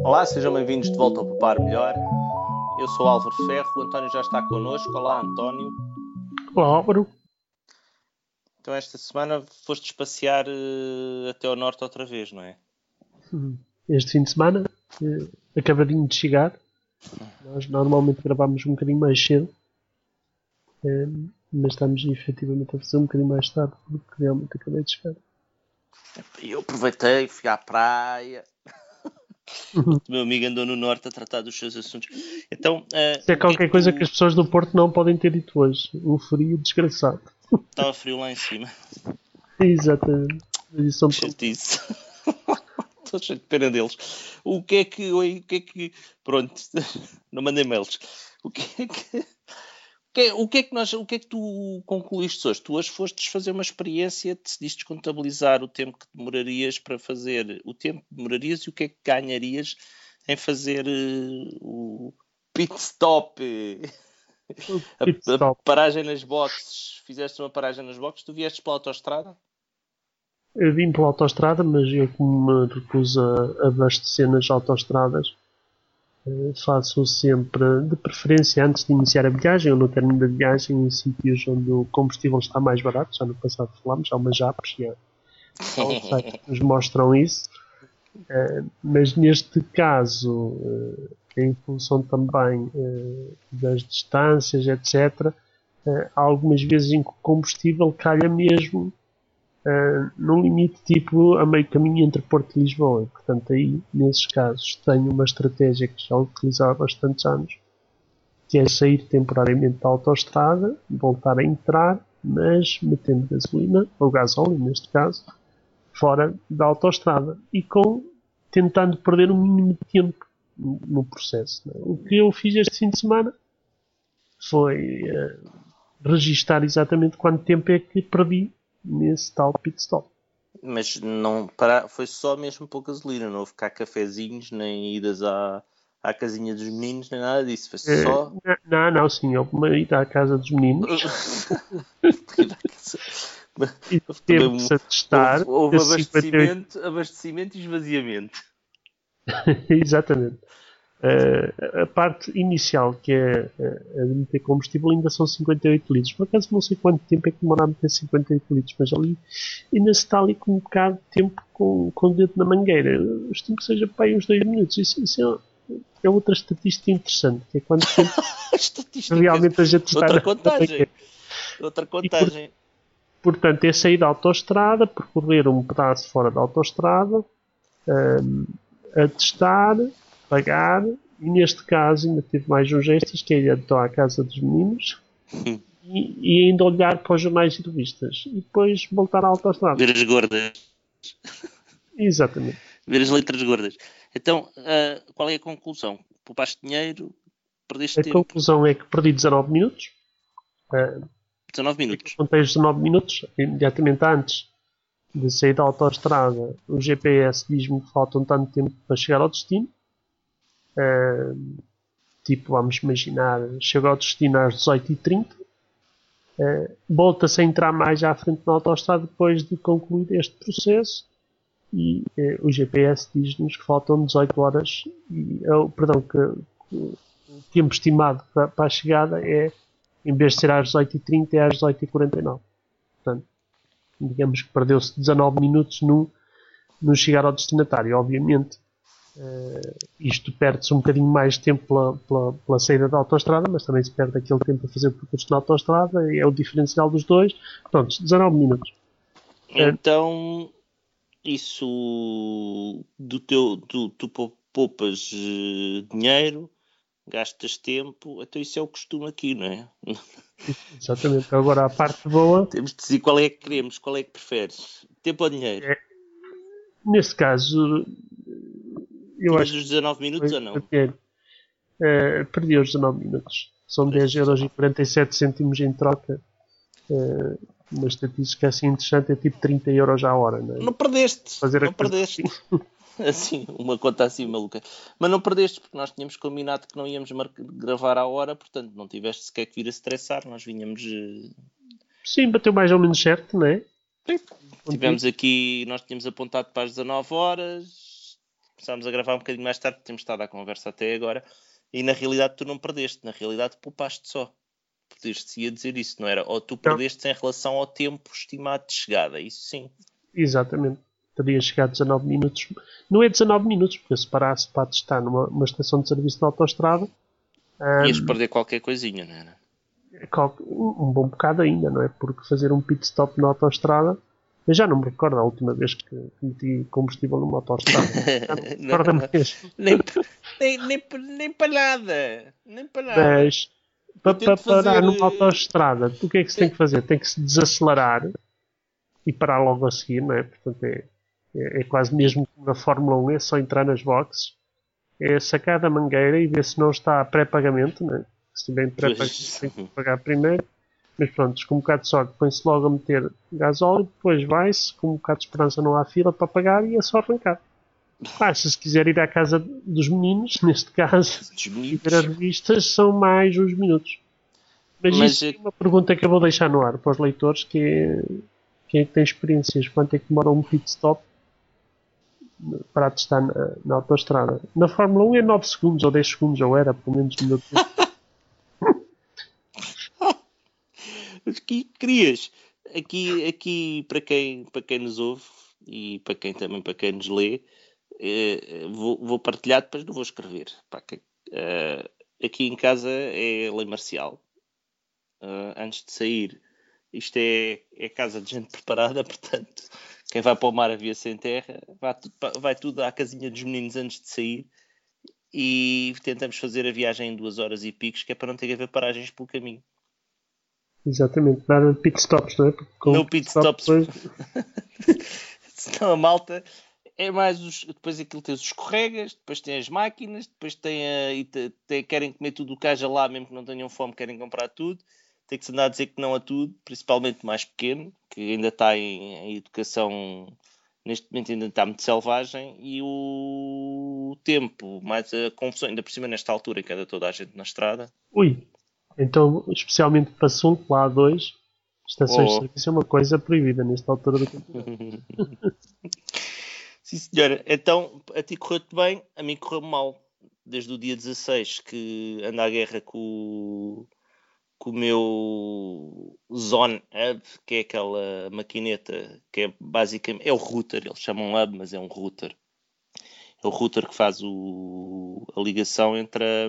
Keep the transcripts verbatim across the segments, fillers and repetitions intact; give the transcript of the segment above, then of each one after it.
Olá, sejam bem-vindos de volta ao Poupar Melhor. Eu sou Álvaro Ferro, o António já está connosco. Olá, António. Olá, Álvaro. Então esta semana foste passear uh, até ao norte outra vez, não é? Este fim de semana, eh, acabadinho de chegar. Nós normalmente gravamos um bocadinho mais cedo, eh, mas estamos efetivamente a fazer um bocadinho mais tarde, porque realmente acabei de chegar. Eu aproveitei, fui à praia. O meu amigo andou no norte a tratar dos seus assuntos. Então, uh, Isso é qualquer que é que coisa tu... que as pessoas do Porto não podem ter dito hoje. Um frio desgraçado. Estava frio lá em cima. Exatamente. Isso são Chatice. Estou cheio de pena deles. O que é que... Oi, o que é que... Pronto, não mandei mails. O que é que... O que, é, o, que é que nós, o que é que tu concluíste hoje? Tu hoje fostes fazer uma experiência, decidiste contabilizar o tempo que demorarias para fazer, o tempo que demorarias e o que é que ganharias em fazer uh, o pit stop, pit a, a stop. paragem nas boxes. Fizeste uma paragem nas boxes? Tu viestes pela autoestrada? Eu vim pela autoestrada, mas eu como me recuso a abastecer nas autoestradas, faço sempre, de preferência antes de iniciar a viagem ou no término da viagem, em sítios onde o combustível está mais barato. Já no passado falámos, há umas apps e há, há uns sites que nos mostram isso. Uh, mas neste caso, uh, em função também uh, das distâncias, etcétera, uh, há algumas vezes em que o combustível calha mesmo Uh, num limite tipo a meio caminho entre Porto e Lisboa. E, portanto, aí, nesses casos, tenho uma estratégia que já utilizo há bastantes anos, que é sair temporariamente da autoestrada, voltar a entrar, mas metendo gasolina, ou gasóleo neste caso, fora da autoestrada e com tentando perder o mínimo de tempo no, no processo. Né? O que eu fiz este fim de semana foi uh, registar exatamente quanto tempo é que perdi nesse tal pit stop. Mas não para, foi só mesmo por gasolina, não houve cá cafezinhos, nem idas à, à casinha dos meninos, nem nada disso, foi só... Uh, não, não, sim, houve uma ida à casa dos meninos. E teve que se atestar. Houve, houve cinquenta e oito... abastecimento, abastecimento e esvaziamento. Exatamente. Uh, a parte inicial, que é a de meter combustível, ainda são cinquenta e oito litros. Por acaso não sei quanto tempo é que demora a meter cinquenta e oito litros, mas ali ainda se está ali com um bocado de tempo com, com o dedo na mangueira. Eu estimo que seja para aí uns dois minutos. Isso, isso é, é outra estatística interessante, que é quanto tempo realmente a gente está outra na, contagem. Na outra contagem. E, por, portanto, é sair da autoestrada, percorrer um pedaço fora da autoestrada, um, atestar, pagar, e neste caso ainda tive mais uns gestos, que é ir então à casa dos meninos e, e ainda olhar para os jornais e revistas e depois voltar à autoestrada. Ver as gordas. Exatamente. Ver as letras gordas. Então, uh, qual é a conclusão? Poupaste dinheiro, perdeste a tempo. A conclusão é que perdi dezanove minutos. Uh, dezanove minutos. Contei os dezanove minutos, imediatamente antes de sair da autoestrada, o G P S diz-me que faltam tanto tempo para chegar ao destino. Uh, tipo, vamos imaginar, chego ao destino às dezoito e trinta. Uh, volta-se a entrar mais à frente na autoestrada depois de concluir este processo e uh, o G P S diz-nos que faltam dezoito horas e, uh, perdão, que, que o tempo estimado para, para a chegada é, em vez de ser às dezoito e trinta, é às dezoito e quarenta e nove. Portanto, digamos que perdeu-se dezanove minutos no, no chegar ao destinatário. Obviamente, uh, isto perde-se um bocadinho mais de tempo pela, pela, pela saída da autoestrada, mas também se perde aquele tempo a fazer o percurso na autoestrada, é o diferencial dos dois. Pronto, dezanove minutos. Então, isso do teu, tu, tu poupas uh, dinheiro, gastas tempo, então isso é o costume aqui, não é? Exatamente. Agora a parte boa. Temos de decidir qual é que queremos, qual é que preferes, tempo ou dinheiro? É, nesse caso, eu Tinhas acho os dezanove minutos que ou não? Uh, perdi os dezanove minutos. São dez euros e quarenta e sete cêntimos em troca. Uh, uma estatística assim interessante é tipo trinta euros à hora. Não, é? Não perdeste, Fazer não perdeste. Assim. assim, uma conta assim maluca. Mas não perdeste, porque nós tínhamos combinado que não íamos gravar à hora, portanto não tiveste sequer que vir a estressar. Nós vinhamos... Uh... Sim, bateu mais ou menos certo, não é? Sim. Tivemos aqui, nós tínhamos apontado para as dezanove horas, começámos a gravar um bocadinho mais tarde, temos estado à conversa até agora, e na realidade tu não perdeste, na realidade poupaste só. Podias-te ia dizer isso, não era? Ou tu perdeste em relação ao tempo estimado de chegada, isso sim. Exatamente. Teria chegado a dezanove minutos. Não é dezanove minutos, porque se parasse para testar numa uma estação de serviço de autoestrada... Ias Um, perder qualquer coisinha, não era? Um bom bocado ainda, não é? Porque fazer um pit stop na autoestrada... Eu já não me recordo a última vez que meti combustível numa autoestrada. não, não, não. Nem, nem, nem, nem para nada. Nem para nada. Mas... Para, para fazer... parar numa autoestrada, o que é que se tem que fazer? Tem que se desacelerar e parar logo a seguir, não é? Portanto, é, é, é quase mesmo como na Fórmula um, é só entrar nas boxes, é sacar da mangueira e ver se não está a pré-pagamento, não é? Se tiver em pré-pagamento, tem que pagar primeiro. Mas pronto, com um bocado de sorte, põe-se logo a meter gasóleo, depois vai-se, com um bocado de esperança não há fila para pagar e é só arrancar. Ah, se quiser ir à casa dos meninos, neste caso, e ver as revistas, são mais uns minutos. Mas, Mas isso é uma pergunta que eu vou deixar no ar para os leitores, que é quem é que tem experiências, quanto é que demora um pit stop para testar na, na autoestrada. Na Fórmula um é nove segundos ou dez segundos, ou era, pelo menos no meu tempo. Aqui, querias, aqui, aqui para, quem, para quem nos ouve e para quem também para quem nos lê, eh, vou, vou partilhar, depois não vou escrever. Pá, que, eh, aqui em casa é lei marcial. Uh, antes de sair, isto é, é casa de gente preparada, portanto, quem vai para o mar a via sem terra, vai tudo, vai tudo à casinha dos meninos antes de sair e tentamos fazer a viagem em duas horas e picos, que é para não ter que haver paragens pelo caminho. Exatamente, nada de pit stops, não é? Com no pit stops. Depois... Senão a malta é mais os. Depois aquilo tem os escorregas, depois tem as máquinas, depois tem a. E te, te, querem comer tudo o que haja lá, mesmo que não tenham fome, querem comprar tudo. Tem que se andar a dizer que não a tudo, principalmente mais pequeno, que ainda está em, em educação, neste momento ainda está muito selvagem, e o tempo, mais a confusão, ainda por cima nesta altura em que anda toda a gente na estrada. Ui, então especialmente para sul, lá há dois, estações oh. de serviço é uma coisa proibida nesta altura do campeonato. Sim senhora, então a ti correu-te bem, a mim correu mal, desde o dia dezasseis que anda à guerra com com o meu Zone Hub, que é aquela maquineta que é basicamente, é o router, eles chamam Hub, mas é um router. É o router que faz o, a ligação entre a...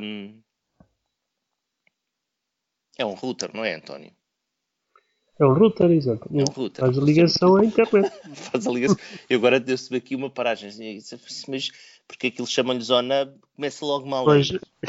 É um router, não é, António? É um router, exatamente. É um router. Faz a ligação à internet. Faz a ligação. Eu agora deu-se aqui uma paragem. Mas porque aquilo chamam-lhe Zone Hub, começa logo mal. Pois...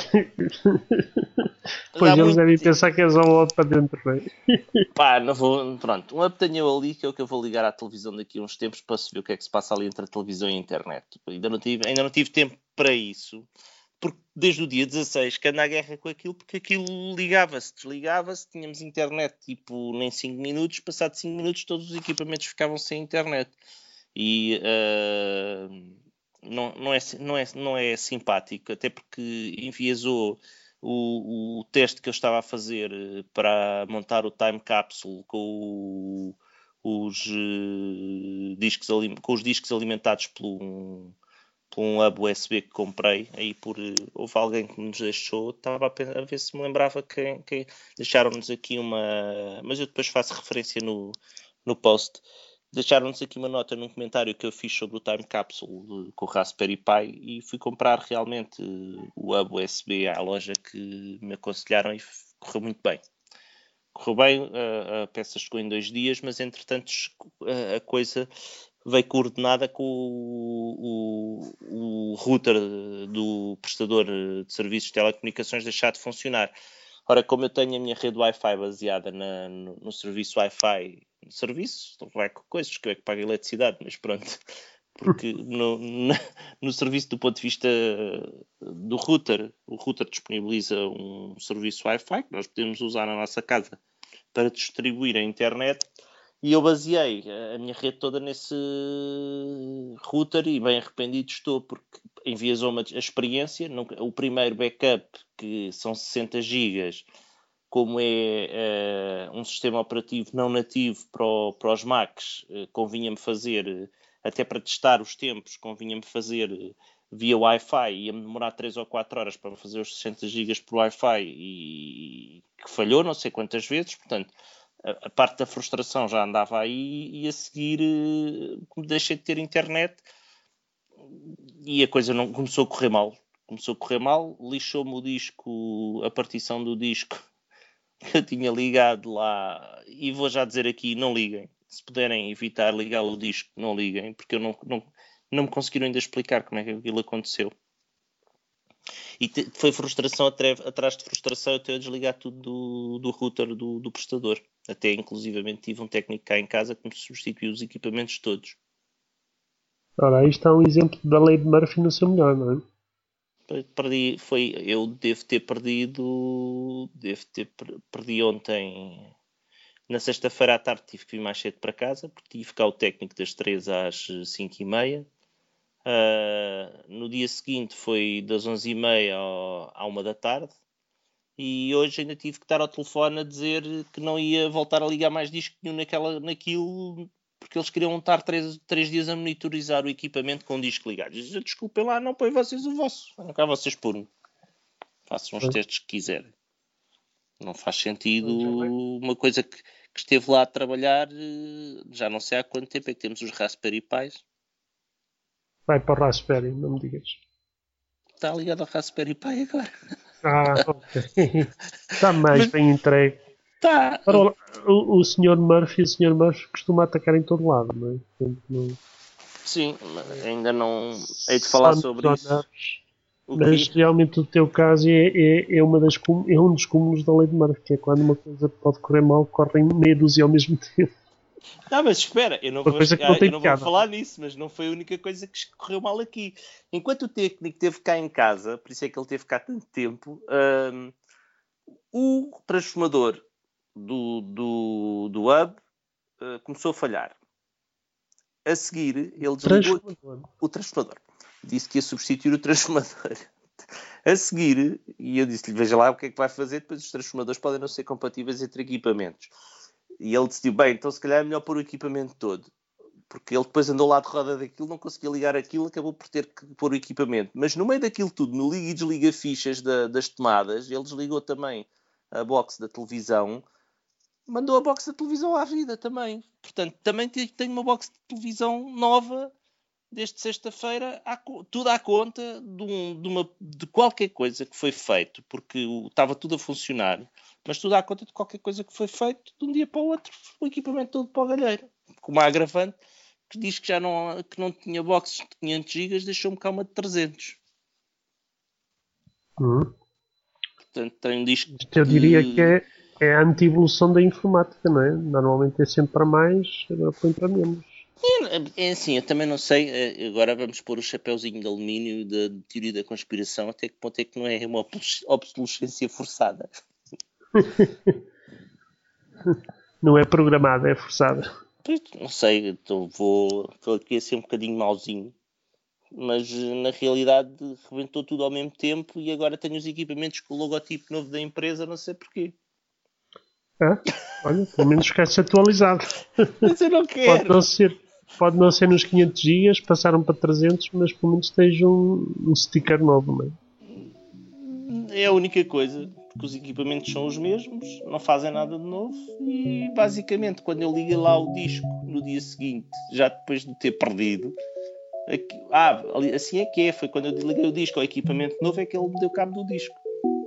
Pois eles muito... devem pensar que é só um hub para dentro, não é? Pá, não vou... Pronto, um hub tenho eu ali, que é o que eu vou ligar à televisão daqui a uns tempos para se ver o que é que se passa ali entre a televisão e a internet. Ainda não tive, ainda não tive tempo para isso, porque desde o dia dezasseis que anda a guerra com aquilo, porque aquilo ligava-se, desligava-se, tínhamos internet tipo nem cinco minutos, passado cinco minutos todos os equipamentos ficavam sem internet. E... Uh... Não, não, é, não, é, não é simpático, até porque enviesou o, o teste que eu estava a fazer para montar o time capsule com, o, os, uh, discos, com os discos alimentados por um, por um hub U S B que comprei. Aí por, houve alguém que nos deixou, estava a, pensar, a ver se me lembrava que, que deixaram-nos aqui uma... Mas eu depois faço referência no, no post. Deixaram-nos aqui uma nota num comentário que eu fiz sobre o Time Capsule com o Raspberry Pi e fui comprar realmente o hub U S B à loja que me aconselharam e correu muito bem. Correu bem, a peça chegou em dois dias, mas entretanto a coisa veio coordenada com o, o, o router do prestador de serviços de telecomunicações deixar de funcionar. Ora, como eu tenho a minha rede Wi-Fi baseada na, no, no serviço Wi-Fi, no serviço, não vai com coisas que eu é que pago eletricidade, mas pronto, porque no, no, no serviço do ponto de vista do router, o router disponibiliza um serviço Wi-Fi que nós podemos usar na nossa casa para distribuir a internet, e eu baseei a minha rede toda nesse router e bem arrependido estou porque enviesou-me a experiência. O primeiro backup, que são sessenta gigas, como é uh, um sistema operativo não nativo para, o, para os Macs, uh, convinha-me fazer, uh, até para testar os tempos, convinha-me fazer via Wi-Fi, ia-me demorar três ou quatro horas para fazer os sessenta gigas por Wi-Fi e que falhou não sei quantas vezes, portanto, a, a parte da frustração já andava aí e a seguir, como deixei de ter internet e a coisa não começou a correr mal. Começou a correr mal, lixou-me o disco, a partição do disco que eu tinha ligado lá, e vou já dizer aqui, não liguem. Se puderem evitar ligar o disco, não liguem, porque eu não, não, não me conseguiram ainda explicar como é que aquilo aconteceu. E te, foi frustração atrás de frustração eu ter a desligar tudo do, do router do, do prestador. Até inclusivamente tive um técnico cá em casa que me substituiu os equipamentos todos. Ora, aí está um exemplo da lei de Murphy no seu melhor, não é? Perdi, foi, eu devo ter perdido, devo ter perdi ontem, na sexta-feira à tarde tive que vir mais cedo para casa, porque tive cá o técnico das três às cinco e meia. Uh, no dia seguinte foi das onze e meia à uma da tarde. E hoje ainda tive que estar ao telefone a dizer que não ia voltar a ligar mais disco nenhum naquela, naquilo, porque eles queriam estar três, três dias a monitorizar o equipamento com o disco ligado. Diz, desculpem lá, não põe vocês o vosso. Não cá vocês por façam os testes que quiserem. Não faz sentido uma coisa que, que esteve lá a trabalhar, já não sei há quanto tempo é que temos os Raspberry Pis. Vai para o Raspberry, não me digas. Está ligado ao Raspberry Pi agora. Ah, ok. Está mais Mas, bem entregue. Tá. Ora, o, o senhor Murphy, o senhor Murphy costuma atacar em todo lado, não é? Portanto, não... Sim, ainda não hei de falar sobre isso. Mas realmente o teu caso é, é, é, uma das, é um dos cúmulos da lei de Murphy, que é quando uma coisa pode correr mal, correm meia dúzia ao mesmo tempo. Não, mas espera, eu não, vou, chegar, não eu não vou falar nisso, mas não foi a única coisa que correu mal aqui. Enquanto o técnico teve cá em casa, por isso é que ele teve cá tanto tempo, um, o transformador do, do, do hub uh, começou a falhar. A seguir, ele desligou transformador. o transformador. Disse que ia substituir o transformador. A seguir, e eu disse-lhe, veja lá o que é que vai fazer, depois os transformadores podem não ser compatíveis entre equipamentos. E ele decidiu, bem, então se calhar é melhor pôr o equipamento todo. Porque ele depois andou lá de roda daquilo, não conseguia ligar aquilo, acabou por ter que pôr o equipamento. Mas no meio daquilo tudo, no liga e desliga fichas da, das tomadas, ele desligou também a box da televisão, mandou a box da televisão à vida também. Portanto, também tenho uma box de televisão nova, desde sexta-feira, tudo à conta de, um, de, uma, de qualquer coisa que foi feito, porque o, estava tudo a funcionar, mas tudo à conta de qualquer coisa que foi feito, de um dia para o outro, o equipamento todo para o galheiro. Com uma agravante que diz que já não, que não tinha boxes de quinhentos gigas, deixou-me cá uma de trezentos. Uhum. Portanto, tem um disco que... Eu diria que é, é a anti-evolução da informática, não é? Normalmente é sempre para mais, agora põe para menos. É, é assim, eu também não sei, agora vamos pôr o chapéuzinho de alumínio da teoria da conspiração, até que ponto é que não é uma obsolescência forçada. Não é programada, é forçada. Não sei, então vou, estou aqui a ser um bocadinho mauzinho, mas na realidade rebentou tudo ao mesmo tempo e agora tenho os equipamentos com o logotipo novo da empresa, não sei porquê. Ah, olha, pelo menos ficaste atualizado. Mas eu não quero. Pode não ser, pode não ser nos quinhentos gigas, passaram para trezentos, mas pelo menos esteja um, um sticker novo, não é? É a única coisa, porque os equipamentos são os mesmos, não fazem nada de novo e basicamente quando eu ligo lá o disco no dia seguinte, já depois de ter perdido, aqui, ah, assim é que é, foi quando eu liguei o disco ao equipamento novo é que ele me deu cabo do disco.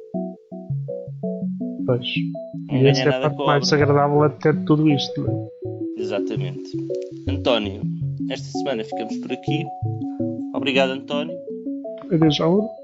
Pois. E essa é a parte mais desagradável até de tudo isto, não é? Exatamente. António, esta semana ficamos por aqui. Obrigado, António. Adeus, Auro.